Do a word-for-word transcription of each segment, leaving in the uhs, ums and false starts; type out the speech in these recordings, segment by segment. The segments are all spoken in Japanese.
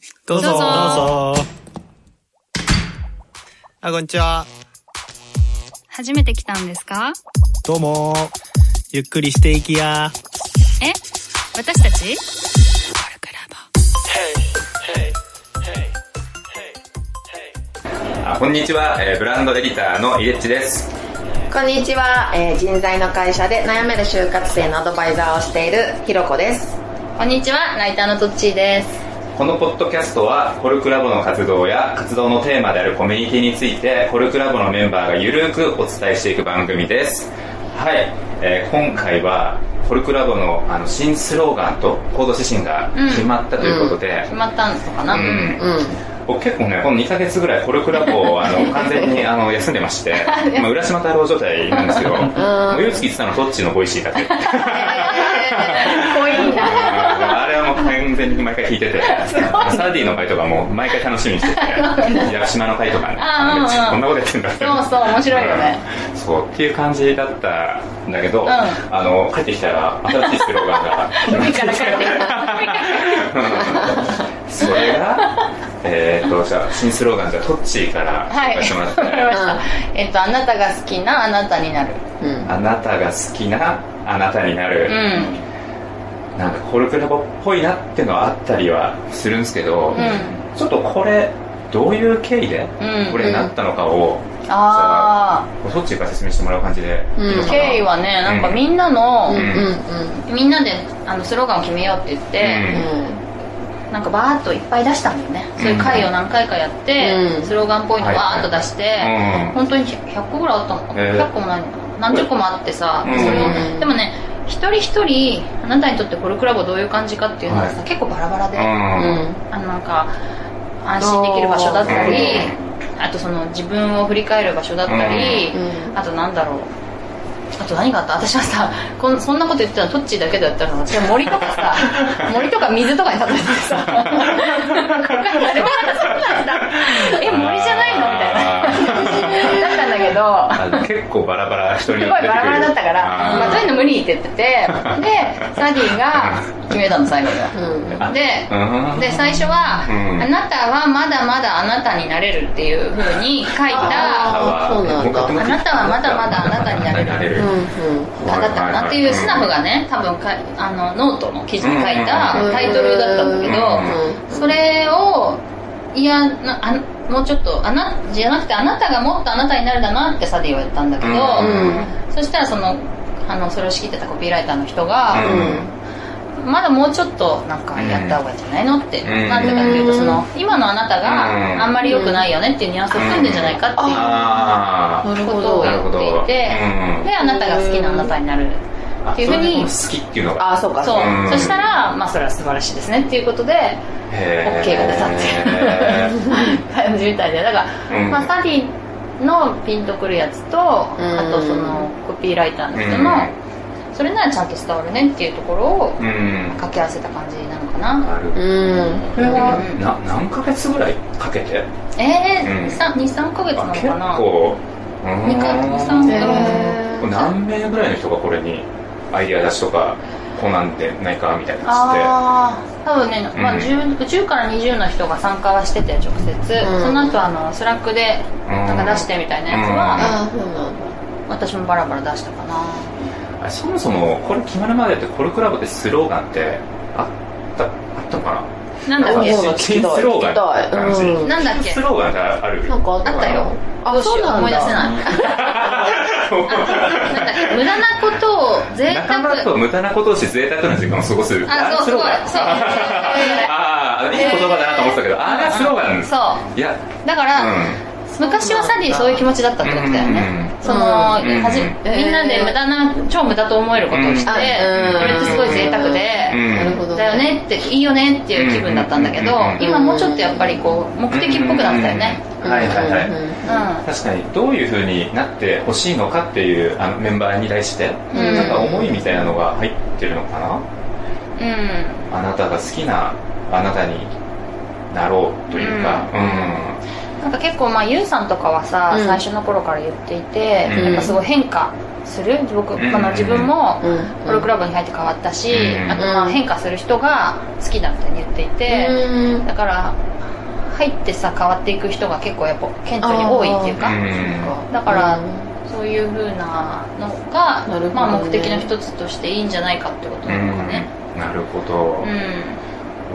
どうぞどうぞ。あ、こんにちは。 初めて来たんですか？ どうも。ゆっくりしていきや。 え？私たち？ あ、こんにちは、えー、ブランドエディターのイレッチです。 こんにちは、えー、人材の会社で悩める就活生のアドバイザーをしているひろこです。 こんにちは、ライターのとっちーです。 このポッドキャストはコルクラボの活動や活動のテーマであるコミュニティについてコルクラボのメンバーがゆるくお伝えしていく番組です。はい、えー、今回はコルクラボ の, あの新スローガンと行動指針が決まったということで、 うんうん、決まったのかな、うんうん僕結構ねこのにかげつぐらいコルクラボをあの完全にあの休んでましてまあ浦島太郎状態なんですけどもう唯一聞いてたのはトッチのボイシーだけ濃いなあれはもう完全に毎回聞いててサーディの回とかも毎回楽しみにしてて屋久島の回とかねあこんなことやってんだってそうそう面白いよねそうっていう感じだったんだけど、うん、あの帰ってきたら新しいスローガンが海から帰ってきたそれがえー、とじゃあ新スローガンじゃあトッチーから紹介してもらって、 はい、えっとあなたが好きなあなたになる、 うん、あなたが好きなあなたになる、うん、なんかコルクラボっぽいなっていうのはあったりはするんですけど、うん、ちょっとこれどういう経緯でこれになったのかを、うん、ああトッチーから説明してもらう感じでいいのかな、うん、 経緯はねなんかみんなの、うんうんうん、みんなであのスローガンを決めようって言って、うんなんかバーッといっぱい出したんだよね、うん、そういう会を何回かやって、うん、スローガンっぽいのバーッと出して、はいはい、本当にひゃっこぐらいあったのかな、えー、ひゃっこもないのかな何十個もあってさ、うん、それをでもね一人一人あなたにとってコルクラボどういう感じかっていうのがさ、はい、結構バラバラで、うん、あのなんか安心できる場所だったり、うん、あとその自分を振り返る場所だったり、うん、あとなんだろうあと何があった私はさこんそんなこと言ってたのトッチーだけだったの私は森とかさ森とか水とかに例えてさ誰もなんかそうなんだえ森じゃないのみたいなだったんだけど結構バラバラ人にすごいバラバラだったからまあ、そういうの無理って言っててでサディが決めたの最後には、うん、で, で最初は、うん、あなたはまだまだあなたになれるっていう風に書いたあ, そうなんだあなたはまだまだあなたになれるうんうん、だったかなっていうスナフがね多分かあのノートの記事に書いたタイトルだったんだけどそれをいやなあもうちょっとあなじゃなくてあなたがもっとあなたになるだなってサディは言ったんだけど、うん、そしたらそのあのそれを仕切ってたコピーライターの人が、うん、まだもうちょっとなんかやった方がいいんじゃないのって、うん、なんでかっていうとその今のあなたがあんまり良くないよねっていうニュアンスを含んでんじゃないかっていうことを言っていてであなたが好きなあなたになるっていうふうに好きっていうのがあそうかそう、うん、そしたらまあそれは素晴らしいですねっていうことで OK が出たっていう感じみたいでだから、うんまあ、サディのピンとくるやつと、うん、あとそのコピーライターの人の、うんそれならちゃんと伝わるねっていうところを掛け合わせた感じなのかな。なるほど。これはな何ヶ月ぐらいかけて？ えー、うん、に、さんかげつなのかな。 結構。 にかげつ、さんかげつ。 何名ぐらいの人がこれにアイデア出しとかこうなんでないかみたいなのして。 ああ、多分ね、まあ、じゅうからにじゅうの人が参加はしてて直接、うん、その後あのスラックでなんか出してみたいなやつは、うん、私もバラバラ出したかな。 そもそもこれ決まるまでってコルクラボってスローガンってあったあったのかななんだっけ新スローガンって感じ、 うん、なんだっけスローガンってあるなんかあったよあそうなんだ思い出せないなんだっけ無駄なことを贅沢仲間と無駄なことをし贅沢な時間を過ごすあそうそうそうああいい言葉だなと思ってたけどあれがスローガンそういやだから、うん昔はサディそういう気持ちだったってことだよね、うん、その、うん、はじみんなで無駄な超無駄と思えることをして、うん、これってすごい贅沢で、うん、だよねっていいよねっていう気分だったんだけど、うん、今もうちょっとやっぱりこう目的っぽくなったよね、 うん、はいはいはい、うん、確かにどういう風になってほしいのかっていうあのメンバーに対して、うん、なんか思いみたいなのが入ってるのかな、うん、あなたが好きなあなたになろうというか、うん、うんなんか結構まあユウさんとかはさ、うん、最初の頃から言っていて、うん、やっぱすごい変化する僕かな、自分もゴルフクラブに入って変わったし、あとまあ変化する人が好きだみたいに言っていて、だから入ってさ変わっていく人が結構やっぱ顕著に多いっていうか、だからそういう風なのが、ね、まあ目的の一つとしていいんじゃないかってことなのかね。 なるほど、うん、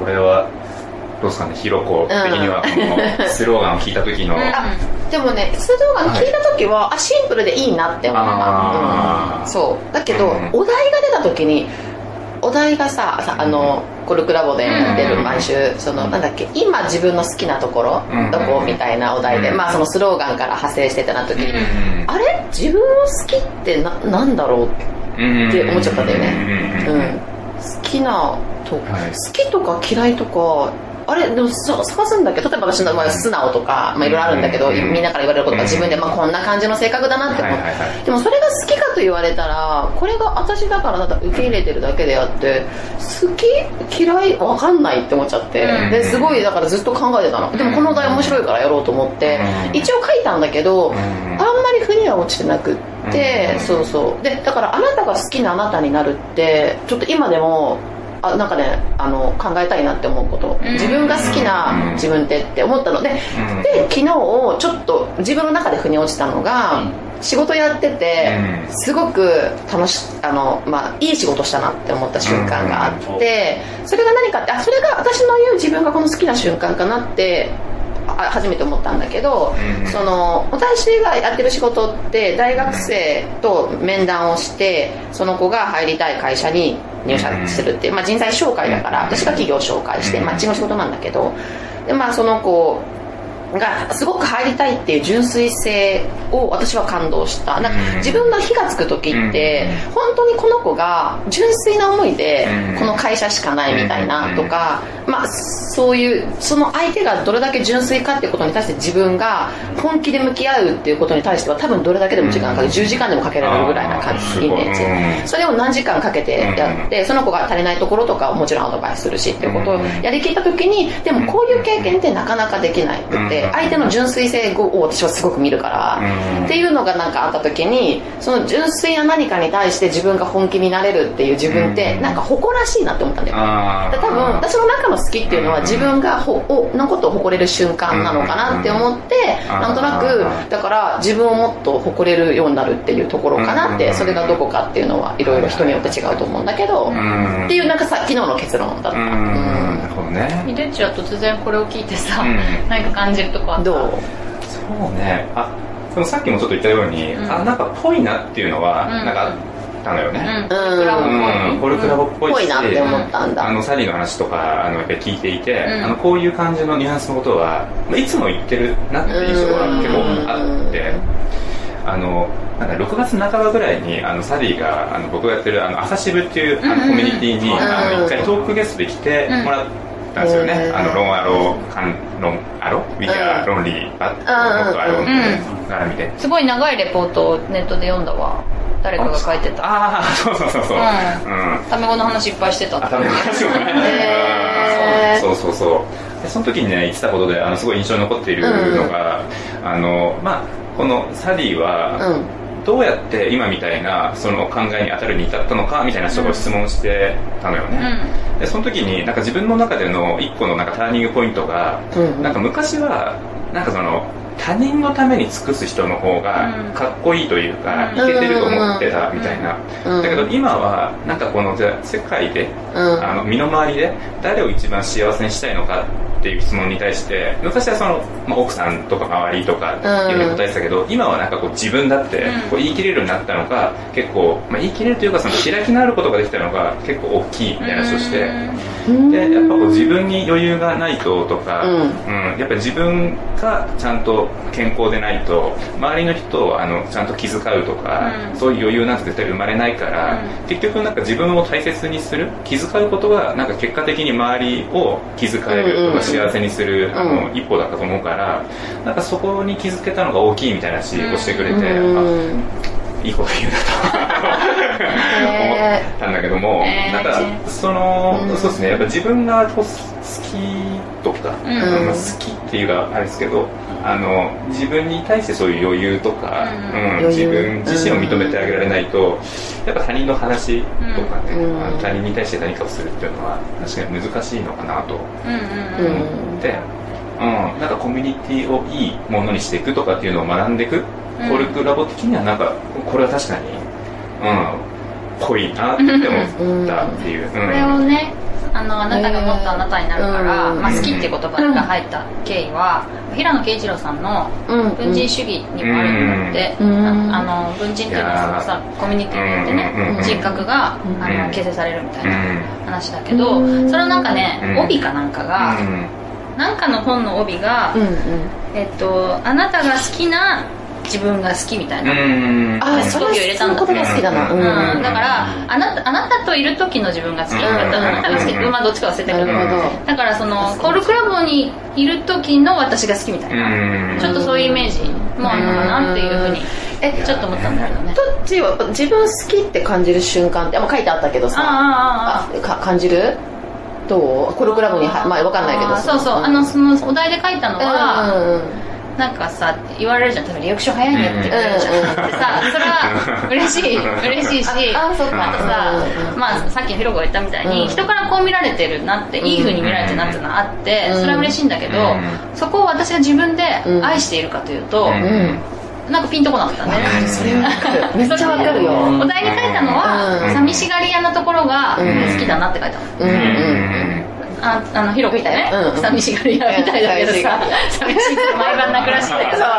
俺はどうですかね、ひろこ的にはこのスローガンを聞いた時の、うん、 あでもねスローガン聞いた時は、はい、あシンプルでいいなって思った、うん、そうだけど、うん、お題が出た時にお題がさあのコルクラボで出る毎週そのなんだっけ今自分の好きなところどこみたいなお題で、まあそのスローガンから派生してたな時に、あれ自分を好きってななんだろうって思っちゃったんだよね、うん、好きなと、はい、好きとか嫌いとかあれでも探すんだけど、例えば私の場合は素直とか、まあ、いろいろあるんだけど、うん、みんなから言われることが自分で、まあ、こんな感じの性格だなって思って、はいはいはい、でもそれが好きかと言われたらこれが私だからだ受け入れてるだけであって好き嫌い分かんないって思っちゃって、うん、ですごいだからずっと考えてたの。でもこのお題面白いからやろうと思って、うん、一応書いたんだけど、うん、あんまり腑には落ちてなくって、うん、そうそうでだからあなたが好きなあなたになるってちょっと今でもあなんかねあの考えたいなって思うこと、自分が好きな自分ってって思ったので、で昨日ちょっと自分の中で腑に落ちたのが、仕事やっててすごく楽しあの、まあ、いい仕事したなって思った瞬間があって、それが何かってあそれが私の言う自分がこの好きな瞬間かなって初めて思ったんだけど、うん、その私がやってる仕事って大学生と面談をしてその子が入りたい会社に入社するっていう、まあ、人材紹介だから私が企業紹介してマッチングの仕事なんだけど、で、まあ、その子がすごく入りたいっていう純粋性を私は感動した。なんか自分が火がつく時って本当にこの子が純粋な思いでこの会社しかないみたいなとか、まあそういうその相手がどれだけ純粋かっていうことに対して自分が本気で向き合うっていうことに対しては多分どれだけでも時間かけてじゅうじかんでもかけられるぐらいな感じ、イメージ。それを何時間かけてやってその子が足りないところとかをもちろんアドバイスするしっていうことをやりきった時に、でもこういう経験ってなかなかできないって相手の純粋性を私はすごく見るから、うん、っていうのがなんかあった時にその純粋な何かに対して自分が本気になれるっていう自分ってなんか誇らしいなって思ったんだよね。だ多分私の中の好きっていうのは自分がほのことを誇れる瞬間なのかなって思って、なんとなくだから自分をもっと誇れるようになるっていうところかなって、それがどこかっていうのはいろいろ人によって違うと思うんだけど、っていうなんかさ昨日の結論だった。 なるほどね。 ひでっちは突然これを聞いてさ、何か感じるとこあった？ どう？そうね、あでもさっきもちょっと言ったように、うん、あなんかぽいなっていうのは、うん、なんかあったのよね、 うん、 コルクラボっぽいし、 ぽいなって思ったんだ。 あのサリーの話とかあのやっぱり聞いていて、うん、あのこういう感じのニュアンスのことはいつも言ってるなって印象が結構あって、あのなんかろくがつなかばぐらいにあのサリーがあの僕がやってるあの朝渋っていうあのコミュニティに一回トークゲストで来てもらったんですよね。あのロンアローカンロンアロウィキャロンリーバットアローから見て、 すごい長いレポートをネットで読んだわ。誰かが書いてた。 ああそうそうそうそう。 タメ語の話いっぱいしてた。 タメ語の話もね。そうそうそう。でその時にね言ってたことであのすごい印象に残っているのが、あのまあこのサリーは。どうやって今みたいなその考えに当たるに至ったのかみたいな人が質問してたのよね、うん、でその時になんか自分の中での一個のなんかターニングポイントが、うん、なんか昔はなんかその他人のために尽くす人の方がかっこいいというか、うん、イケてると思ってたみたいな、うん、だけど今はなんかこのじゃ世界で、うん、あの身の回りで誰を一番幸せにしたいのかっていう質問に対して昔はその、まあ、奥さんとか周りとかいうふうに答えてたけど、うん、今はなんかこう自分だってこう言い切れるようになったのが結構、まあ、言い切れるというかその開きのあることができたのが結構大きいみたいな話をして、うん、でやっぱこう自分に余裕がないととか、うんうん、やっぱり自分がちゃんと健康でないと周りの人をあのちゃんと気遣うとか、うん、そういう余裕なんて絶対生まれないから、うん、結局なんか自分を大切にする気遣うことがなんか結果的に周りを気遣えるとか幸せにする、うん、あの一歩だったと思うから、なんかそこに気づけたのが大きいみたいな話をしてくれて、うん、あいいこと言うなと思ったんだけども、えー、なんかその、うん、そうですねやっぱ自分がこう好きとか、うんまあ、好きっていうかあれですけど、あの自分に対してそういう余裕とか、うんうん、自分自身を認めてあげられないと、やっぱ他人の話とかね、うん、他人に対して何かをするっていうのは確かに難しいのかなと思って、うん、なんかコミュニティをいいものにしていくとかっていうのを学んでいく、うん、コルクラボ的にはなんかこれは確かに、うん、ぽいなって思ったっていう、うん、 これをね、あのあなたがもっとあなたになるから、まあ、好きっていう言葉が入った経緯は、平野啓一郎さんの文人主義にもあるんだって、うんうん、あの文人っていうのはそのさコミュニティによってね、うん、人格があの形成されるみたいな話だけど、それはなんかね、帯かなんかが、なんかの本の帯が、うんうん、えっと、あなたが好きな自分が好きみたいな、うん、あそれを入れたんだって、うん、だからあなたあなたといる時の自分が好き、うん、あなたが好き、まあどっちか忘れたけど、だからそのコールクラボにいる時の私が好きみたいな、うん、ちょっとそういうイメージもあるのかなっていうふうに、えちょっと思ったんだけどね。 どっちは自分好きって感じる瞬間って、あ書いてあったけどさ、ああか感じるどうコルクラボには、まあ分かんないけど、 そうそう、あのそのお題で書いたのは、うんうん、なんかさ言われるじゃん、多分リアクション早いねって言われるじゃん、うんうん、でさそれは嬉しい嬉しいし、ああそっか、あとさ、まあさっきひろこが言ったみたいに、うん、人からこう見られてるなって、いい風に見られてるなっていうのはあって、それは嬉しいんだけど、うん、そこを私が自分で愛しているかというと、うんうんなんかピンとこなかったね。 わかる、それはわかる。めっちゃわかるよ。 お題に書いたのは、うん、寂しがり屋なところが好きだなって書いたの。うんうんうんああのヒロコみたいね、うん、寂しがり屋みたいだけどさ、寂しいって毎晩泣くらしいんだけど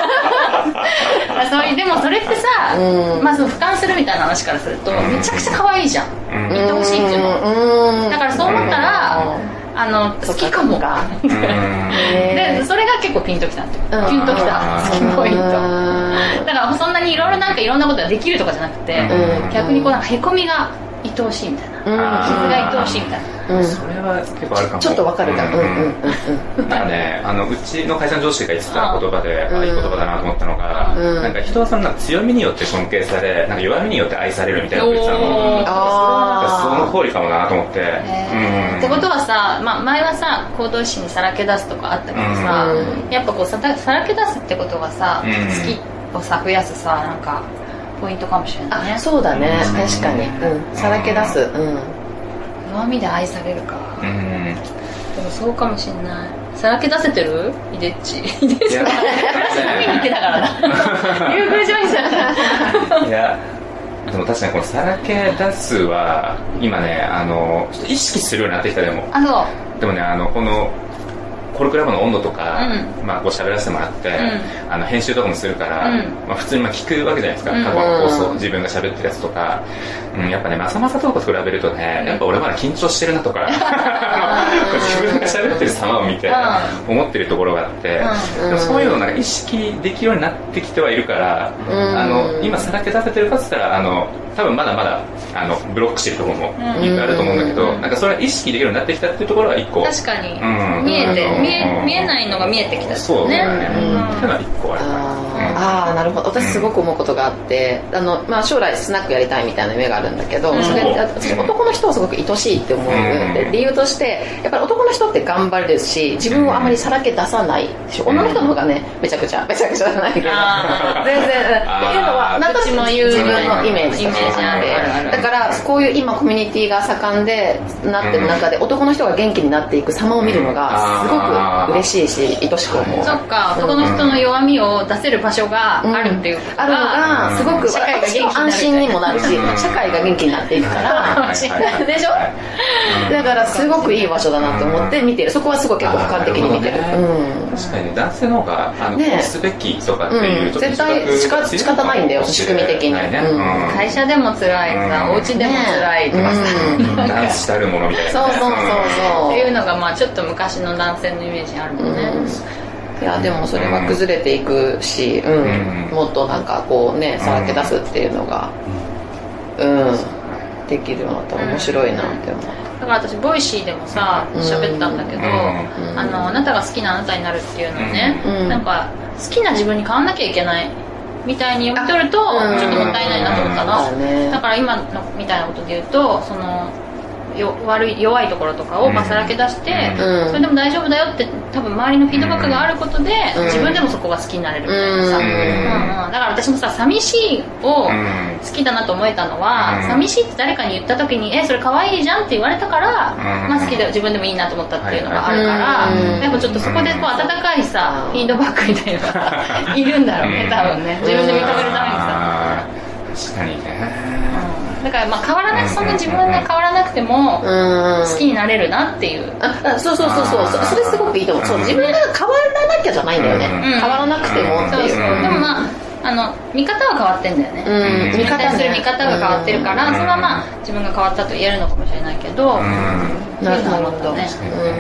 そういうでもそれってさ、うん、まあその俯瞰するみたいな話からするとめちゃくちゃ可愛いじゃん、うん、言ってほしいっていうの、うん、だからそう思ったら、うんあの好きかもがでそれが結構ピンときたっていうピンときた好きポイントだからそんなにいろいろなんかいろんなことができるとかじゃなくて、うん、逆にこうなんかへこみが愛おしいみたいな、うん、傷が愛おしいみたいな、 うん、それは結構あるかも。 ちょっとわかるかも、うんうんうん、 なんかねあのうちの会社の上司が言ってた言葉で、うん、あいい言葉だなと思ったのが、うん、なんか人はその強みによって尊敬されなんか弱みによって愛されるみたいなこと言ってたの。あその通りかもなと思って、うん、 ってことはさ、まあ、前はさ行動心にさらけ出すとかあったけどさ、うん、やっぱこうさらけ出すってことがさ、うん、好きをさ増やすさなんかポイントかもしれないね。 あそうだね、うん、確かに、うん、さらけ出す、うん、 弱みで愛されるか、うん、でもそうかもしれない。さらけ出せてるイデッチイデッチが見に行ってたからな竜宮城にさいやでも確かにこのさらけ出すは今ねあのちょっと意識するようになってきた。でもあそうでもねあのこのコルクラボの温度とか、うんまあ、こう喋らせてもらって、うん、あの編集とかもするから、うんまあ、普通にまあ聞くわけじゃないですか、過去の放送自分が喋ってるやつとか、うん、やっぱねまさまさとかと比べるとねやっぱ俺まだ緊張してるなとか自分が喋ってる様を見て思ってるところがあって、うん、でもそういうのをなんか意識できるようになってきてはいるから、うん、あの今さらけ出せてるかって言ったらあの多分まだまだあのブロックしてるところもいっぱいあると思うんだけど、うん、なんかそれは意識できるようになってきたっていうところは一個確かに、うん、見えて見え、見えないのが見えてきたね。 そうね、うん、っていうのは一個あるから。 ああなるほど。私すごく思うことがあってあの、まあ、将来スナックやりたいみたいな夢があるんだけど、うん、それ私男の人をすごく愛しいって思う、うん、で理由としてやっぱり男の人って頑張れるし自分をあまりさらけ出さないし、うん、女の人の方がねめちゃくちゃめちゃくちゃじゃないけど全然っていうのはなんとなく自分のイメージとしてあってだからこういう今コミュニティが盛んでなってる中で男の人が元気になっていく様を見るのがすごく嬉しいし愛しく思う。 そっか男の人の弱みを出せる場所があるっていうことが、うん、あるのがすごく社会が元気になる安心にもなるし社会が元気になっていくからでしょだからすごくいい場所だなと思って見てる。そこはすごい結構俯瞰的に見てる、うん、 確かに、ね、男性の方があの、ね、こうすべきとかっていう、うん、 絶対仕方仕方ないんだよ仕組み的に、ねうん、会社でも辛いさ、うん、お家でも辛いとかさ、 ね、ダンスしたるものみたいな、 ね、そうそうそうそうっていうのがまあちょっと昔の男性のイメージあるもんね、うんいやでもそれは崩れていくし、うんうん、もっとなんかこうねさらけ出すっていうのが、うん、うん、できるようになったら面白いなって思う。 だから私ボイシーでもさ喋ったんだけど、うん、あのあなたが好きなあなたになるっていうのをね、うん、なんか好きな自分に変わんなきゃいけないみたいに読み取るとちょっともったいないなと思ったの、うん、だから今のみたいなことで言うとそのよ悪い弱いところとかをまあさらけ出して、 うん、 それでも大丈夫だよって多分周りのフィードバックがあることで、うん、自分でもそこが好きになれるみたいなさ、うんうんうん、だから私もさ寂しいを好きだなと思えたのは、うん、寂しいって誰かに言った時にえそれ可愛いじゃんって言われたから、うんまあ、好きで自分でもいいなと思ったっていうのがあるから、うん、やっぱちょっとそこでこう温かいさ、うん、フィードバックみたいなのがいるんだろうね多分ね自分で認めるためにさ、 確かにね、 うん、だからまあ変わらなくそんな自分が変わらなくても好きになれるなっていう、 あそうそうそうそうそれすごくいいと思う、そう自分が変わらなきゃじゃないんだよね、うん、変わらなくてもっていう、 そうそうでもまああの見方は変わってんだよね、うん、自分に対する見方が変わってるから、うん、それはまあ自分が変わったと言えるのかもしれないけど、うん、 なるほどね、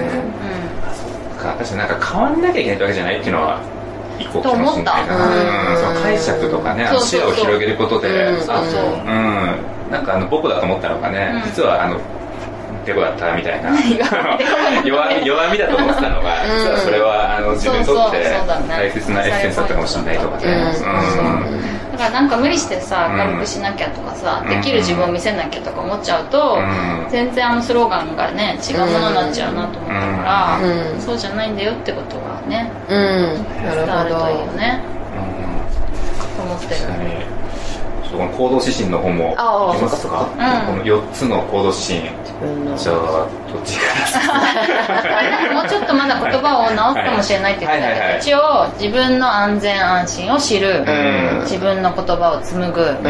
私なんか変わんなきゃいけないわけじゃないっていうのは一個かもしれないな、その解釈とかね視野を広げることで、うん、そうそう、うん、なんかあの僕だと思ったのがね、うん、実はあのデコだったみたいな弱み弱みだと思ってたのが、実はそれはあの自分にとって大切なエッセンスだったかもしれないとかね、 だからなんか無理してさ軽くしなきゃとかさ、できる自分を見せなきゃとか思っちゃうと、全然あのスローガンがね違うものになっちゃうなと思ったから、そうじゃないんだよってことがね伝わるといいよねと思ってる。 この行動指針の方もいきますか、うん、このよっつの行動指針、じゃあどっちからもうちょっとまだ言葉を直すかもしれないって言ってたけど、はいはいはいはい、一応自分の安全安心を知る、うん、自分の言葉を紡ぐ、うん、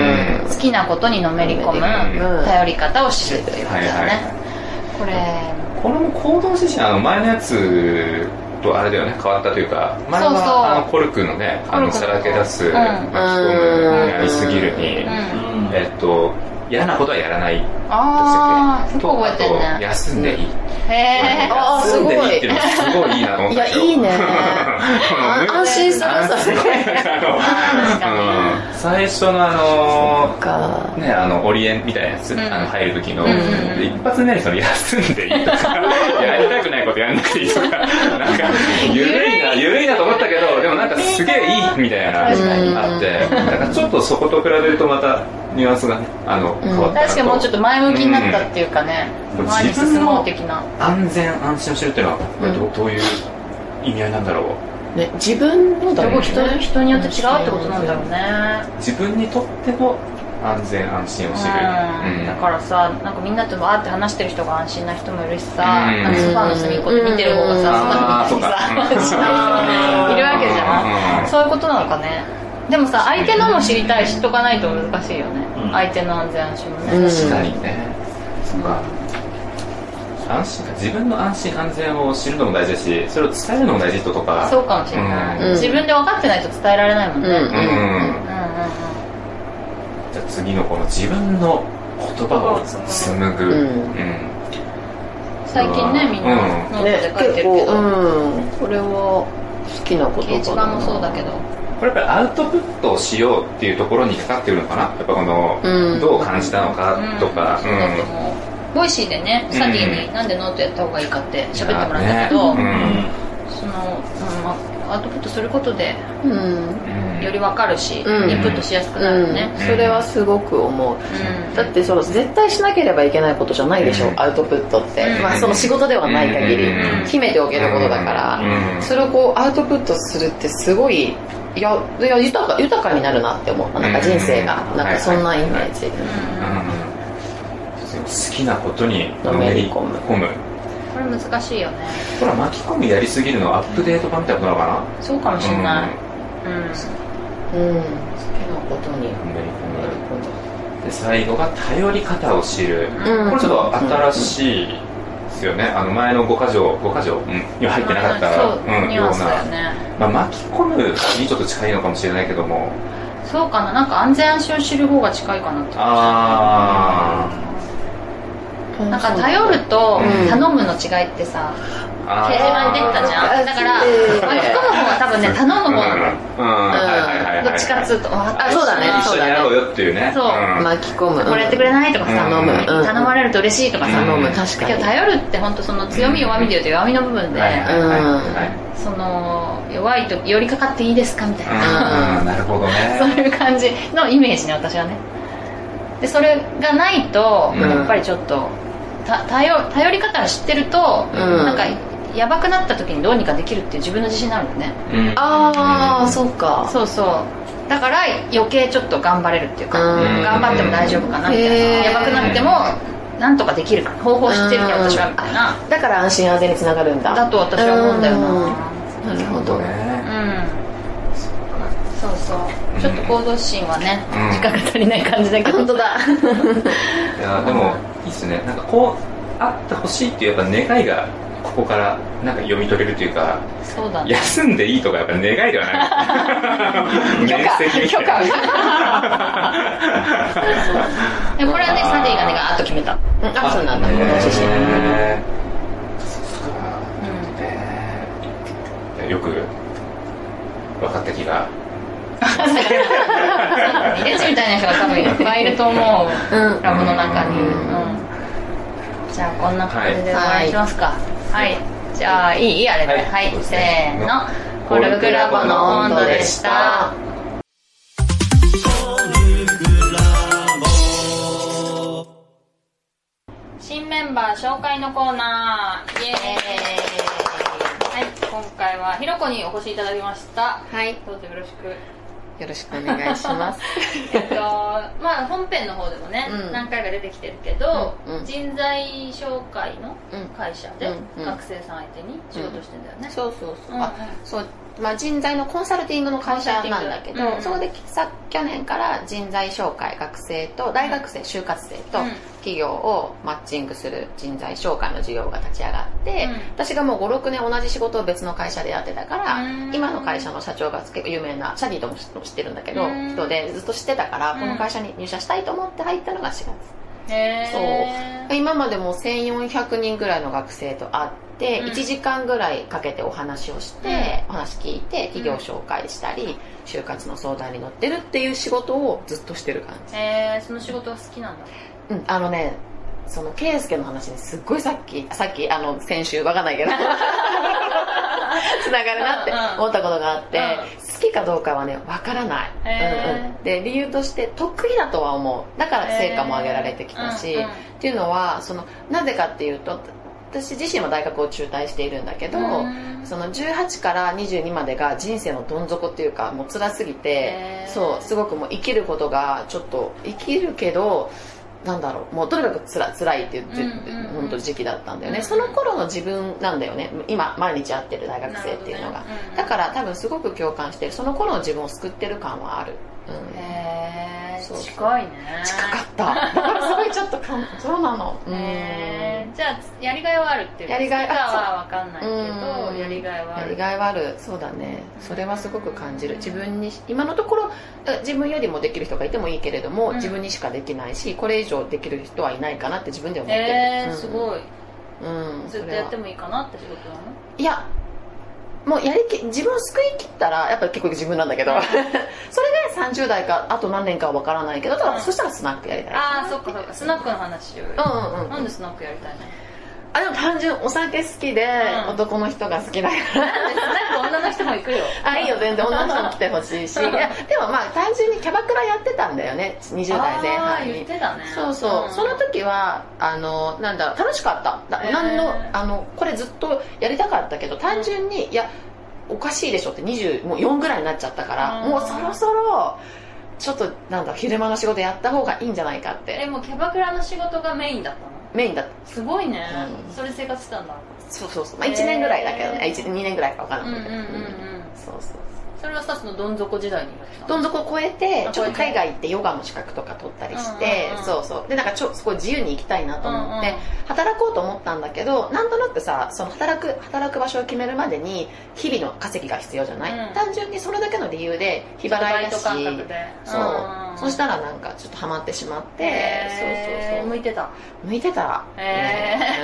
好きなことにのめり込む、うん、頼り方を知るということだよね、はいはい、これこの行動指針あの前のやつとあれだよね、変わったというか、前はそうそうあのコルクのね、あのさらけ出す、うん、巻き込む、やりすぎるに、うん、えっと嫌なことはやらないとしてて、とあと休んでいい、 へー、 あ休んでいいっていうのがすごいいいなと思った。 いやいいね安心するさすごい最初のあのねあのオリエンみたいなやつ、うん、あの入る時の、うん、一発目にその休んでいいとかやりたくないことやんなくていいとかなんかゆるいなゆるいなと思ったけど、でもなんかすげえいいみたいなあって、だからちょっとそこと比べるとまたニュアンスがねあの変わった、 うん、確かにもうちょっと前向きになったっていうかね、うん、前に進もう的な安全安心を知るっていうのはこれ ど,、うん、どういう意味合いなんだろう、 ね、自分のだろう、ね、 人, 人によって違うってことなんだろうね。 自分にとっての安全安心を知る、 うんうん、だからさなんかみんなとわーって話してる人が安心な人もいるしさ、うん、なんかソファーの隅っこで見てる方がさ、そんなみたいにさ安心な人いるわけじゃん、うん、そういうことなのかね。でもさ相手のも知りたい知っとかないと難しいよね、うん、相手の安全安心もね、 うん、確かにね、そっか、安心自分の安心安全を知るのも大事だし、それを伝えるのも大事とか。 そうかもしれない、うん、自分で分かってないと伝えられないもんね、うんうんうんうんうん、 じゃあ次のこの自分の言葉を紡ぐ、うんうん、 最近ねみんなノートで書いてるけど、 ねうん、これは好きな言葉だな。掲示板もそうだけどこれやっぱりアウトプットをしようっていうところにかかってくるのかな、やっぱこの、うん、どう感じたのかとか、うんうん、そうだと思う。 ボイシーでねサディになんでノートやった方がいいかって喋ってもらったけど、ねうん、その、うん、アウトプットすることで、うん、より分かるし、うん、インプットしやすくなるね、 うん、それはすごく思う、うん、だってその絶対しなければいけないことじゃないでしょ、うん、アウトプットって、うんまあ、その仕事ではない限り、うん、秘めておけることだから、うん、それをこうアウトプットするってすごいいやいや 豊, か豊かになるなって思う。なんか人生がなんかそんなイメージ、うん好きなことにのめり込む。これ難しいよね。 これは巻き込むやりすぎるのはアップデート版みたいなことなのかな。 そうかもしれない。うん。うん。うん、好きなことにのめり込む。で最後が頼り方を知る。うん、これちょっと新しいですよね。あの前のごか条ごか条、うん、には入ってなかった、 うん、ニュアンスだよね。 まあ巻き込むにちょっと近いのかもしれないけども。 そうかな。なんか安全安心を知る方が近いかなって。 ああ。 なんか頼ると頼むの違いってさ、うん、掲示板に出てたじゃん。だから巻き込む方が多分ね頼む方なの。どっちかっつうとあそうだね一緒にやろうよっていうね。 そう、 うん、巻き込むこれやってくれないとかさ、 頼む、うん、 頼まれると嬉しいとかさ、 頼む確かに。 けど頼るって本当その強み弱みでいうと弱みの部分で、その弱いと寄りかかっていいですかみたいな。 なるほどね。 そういう感じのイメージね私はね。でそれがないとやっぱりちょっとた頼頼り方を知ってると、うん、なんかやばくなった時にどうにかできるっていう自分の自信になるんだね、 うん、ああ、うん、そうか、 そうそうだから余計ちょっと頑張れるっていうか、うん、頑張っても大丈夫かなみたいな、やばくなってもなんとかできるか方法知ってるから私はみたいな、 だから安心安全につながるんだだと私は思うんだよな、 なるほどね、 うんそうそう、ちょっと行動指針はね、うん、時間が足りない感じだけど本当だいやでもいいっすね、なんかこうあってほしいっていうやっぱ願いがここからなんか読み取れるというか、 そうだね、 休んでいいとかやっぱ願いではない許可許可でこれはねサディがねガーッと決めた、 うん、あそうなんだ、行動指針、 うん、よく分かった気がレジみたいな人が多分いっぱいいると思う、うん、ラボの中に、うん、じゃあこんな感じでお願いしますか、はい、はい、じゃあいいあれで、はい、はい、せーの、コルクラボの温度でした。新メンバー紹介のコーナー、イエーイ、はい、今回はひろこにお越しいただきました。はい、どうぞよろしく。 よろしくお願いします。 えっとまあ本編の方でもね、うん、何回か出てきてるけど、うんうん、人材紹介の会社で学生さん相手に仕事してんだよね。 うんうん、そうそうそう。うんうん、あ、そう。まあ、人材のコンサルティングの会社なんだけど、うん、そこでさ去年から人材紹介、学生と大学生、就活生と企業をマッチングする人材紹介の事業が立ち上がって、うん、私がもうごろくねん同じ仕事を別の会社でやってたから、うん、今の会社の社長が結構有名なシャディとも知ってるんだけど、うん、人でずっと知ってたから、うん、この会社に入社したいと思って入ったのがしがつ。へそう今までもせんよんひゃくにんぐらいの学生と会って、うん、いちじかんぐらいかけてお話をして、うん、お話聞いて企業紹介したり、うん、就活の相談に乗ってるっていう仕事をずっとしてる感じ。 へえ、その仕事は好きなんだ。 うん、あのねその圭介の話にすっごいさっきさっきあの先週わかんないけどつながるなって思ったことがあって、うん、好きかどうかはねわからない、うんうん、で理由として得意だとは思う。だから成果も上げられてきたし、うんうん、っていうのはそのなぜかっていうと私自身は大学を中退しているんだけど、うん、そのじゅうはちからにじゅうにまでが人生のどん底っていうかもう辛すぎて、そうすごくもう生きることがちょっと生きるけどなんだろうもうとにかくつら辛いっていう、うんうん、本当時期だったんだよね、うん、その頃の自分なんだよね今毎日会ってる大学生っていうのが、ねうん、だから多分すごく共感してる。その頃の自分を救ってる感はある、うん、 へー近いね。 近かっただからすごいちょっとかんそうなの、 へーじゃあやりがいはあるっていうかやりがいは分かんないけど、うん、やりがいはある。 やりがいはある。そうだね、それはすごく感じる。自分に今のところ自分よりもできる人がいてもいいけれども、うん、自分にしかできないしこれ以上できる人はいないかなって自分で思ってる。 えーうん、すごい、 うん、 ずっとやってもいいかなって仕事なの？ いやもうやりき自分を救い切ったらやっぱり結構自分なんだけどそれでさんじゅう代かあと何年かは分からないけど、ただ、うん、そしたらスナックやりたい。 ああそっかそっか、スナックの話を、うんうんうん、なんでスナックやりたいの？ あでも単純お酒好きで、うん、男の人が好きだからなんでスナック女の人も行くよあいいよ全然女の人も来てほしいしいやでもまあ単純にキャバクラやってたんだよねにじゅう代前半に。 言ってたね。 そうそう、うん、その時はあのなんだろう楽しかった。何のあのこれずっとやりたかったけど単純に、うん、いやおかしいでしょってにじゅうよんぐらいになっちゃったから、うん、もうそろそろちょっとなんだ昼間の仕事やった方がいいんじゃないかって。 えもうキャバクラの仕事がメインだったの？ メインだった。 すごいね、うん、それ生活してたんだ。 そうそうそう、まあ、いちねんぐらいだけどね、いちにねんぐらいか分からないけど、 うんうんうんうん、 そうそう。 それはさそのどん底時代にどん底を超えてちょっと海外行ってヨガの資格とか取ったりして、うんうんうん、そうそうでなんかちょすごい自由に行きたいなと思って、うんうん、働こうと思ったんだけどなんとなくさその働く働く場所を決めるまでに日々の稼ぎが必要じゃない、うん、単純にそれだけの理由で日払いだし、そう、うん、そしたらなんかちょっとハマってしまって、そうそうそう向いてた向いてた、 へーね、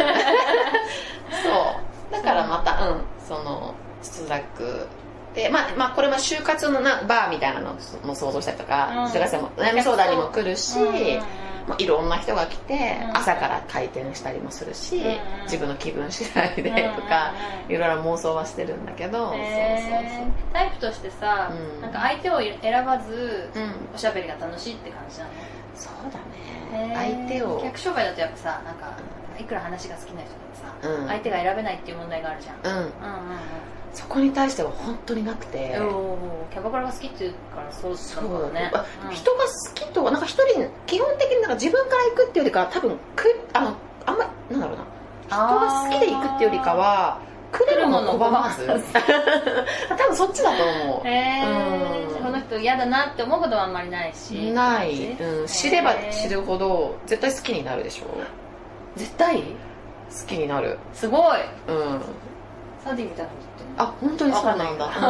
そうだからまたうんそのスラックでまあまあ、これは就活のなバーみたいなのも想像したりとか、就活生も悩み相談にも来るし、うんまあ、いろんな人が来て、うん、朝から開店したりもするし、うん、自分の気分次第でとか、うん、いろいろ妄想はしてるんだけど、 えー、そうそうそうタイプとしてさ、うん、なんか相手を選ばず、うん、おしゃべりが楽しいって感じなの？ そうだね、相手を客商売だとやっぱさ、なんかいくら話が好きな人でもさ、うん、相手が選べないっていう問題があるじゃん。うんうんうんうん、 そこに対しては本当になくて、 キャバクラが好きって言うからそうだったね、 うん、人が好きとはなんか一人基本的になんか自分から行くっていうよりかは多分くあのあんまなんだろうな、人が好きで行くっていうよりかは来るものを拒まず多分そっちだと思う。へー、うん、この人嫌だなって思うことはあんまりないしない、うん、知れば知るほど絶対好きになるでしょ。 絶対好きになる。 すごい、うん、サディみたいなこと言ってる。 あ、本当にそうなんだ、うん、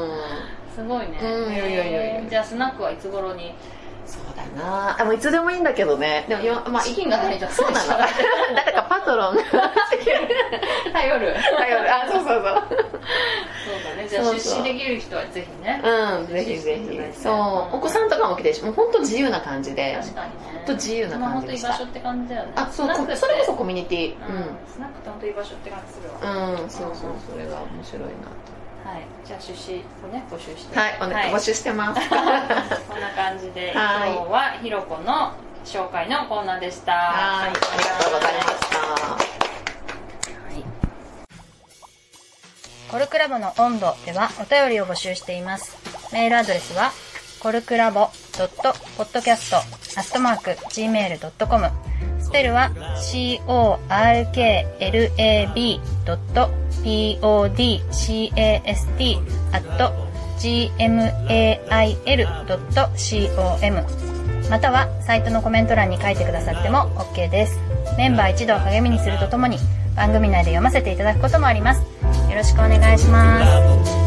すごいね、 うん、いやいやいやいや。 じゃあスナックはいつ頃に？ そうだなあ、もういつでもいいんだけどね。でもよ、まあ、 資金がないじゃん。 そうなの誰かパトロン頼る頼る。あ、そうそうそうそうだね。じゃあ出資できる人はぜひね。 うん、ぜひぜひ。そう、お子さんとかも来てるし、もう本当自由な感じで。 確かにね。 本当自由な感じでした。 本当居場所って感じだよね。 あ、そう、それこそコミュニティ。うん。 スナックって本当居場所って感じするわ。 うん、そうそう、それが面白いなと。 はい、じゃあ出資をね募集して、 はい、おね、はい、募集してます。 こんな感じで、はい、今日はひろこの紹介のコーナーでした。 はい、ありがとうございました。はい、 コルクラボの温度ではお便りを募集しています。メールアドレスはコルクラボドットポッドキャストアットマークジーメールドットコム、スペルは シーオーアールケーエルエービードットピーオーディーキャスティーアットジーエムエーアイエルドットコム、またはサイトのコメント欄に書いてくださっても OK です。メンバー一同を励みにするとともに番組内で読ませていただくこともあります。よろしくお願いします。